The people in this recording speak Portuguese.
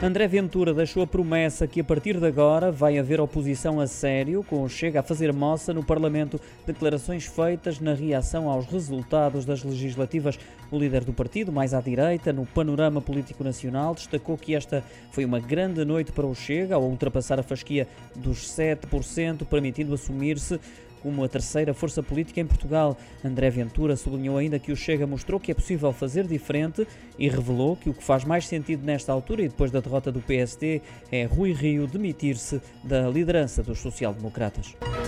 André Ventura deixou a promessa que a partir de agora vai haver oposição a sério, com o Chega a fazer moça no Parlamento, declarações feitas na reação aos resultados das legislativas. O líder do partido, mais à direita, no panorama político nacional, destacou que esta foi uma grande noite para o Chega, ao ultrapassar a fasquia dos 7%, permitindo assumir-se como a terceira força política em Portugal. André Ventura sublinhou ainda que o Chega mostrou que é possível fazer diferente e revelou que o que faz mais sentido nesta altura e depois da derrota do PSD é Rui Rio demitir-se da liderança dos social-democratas.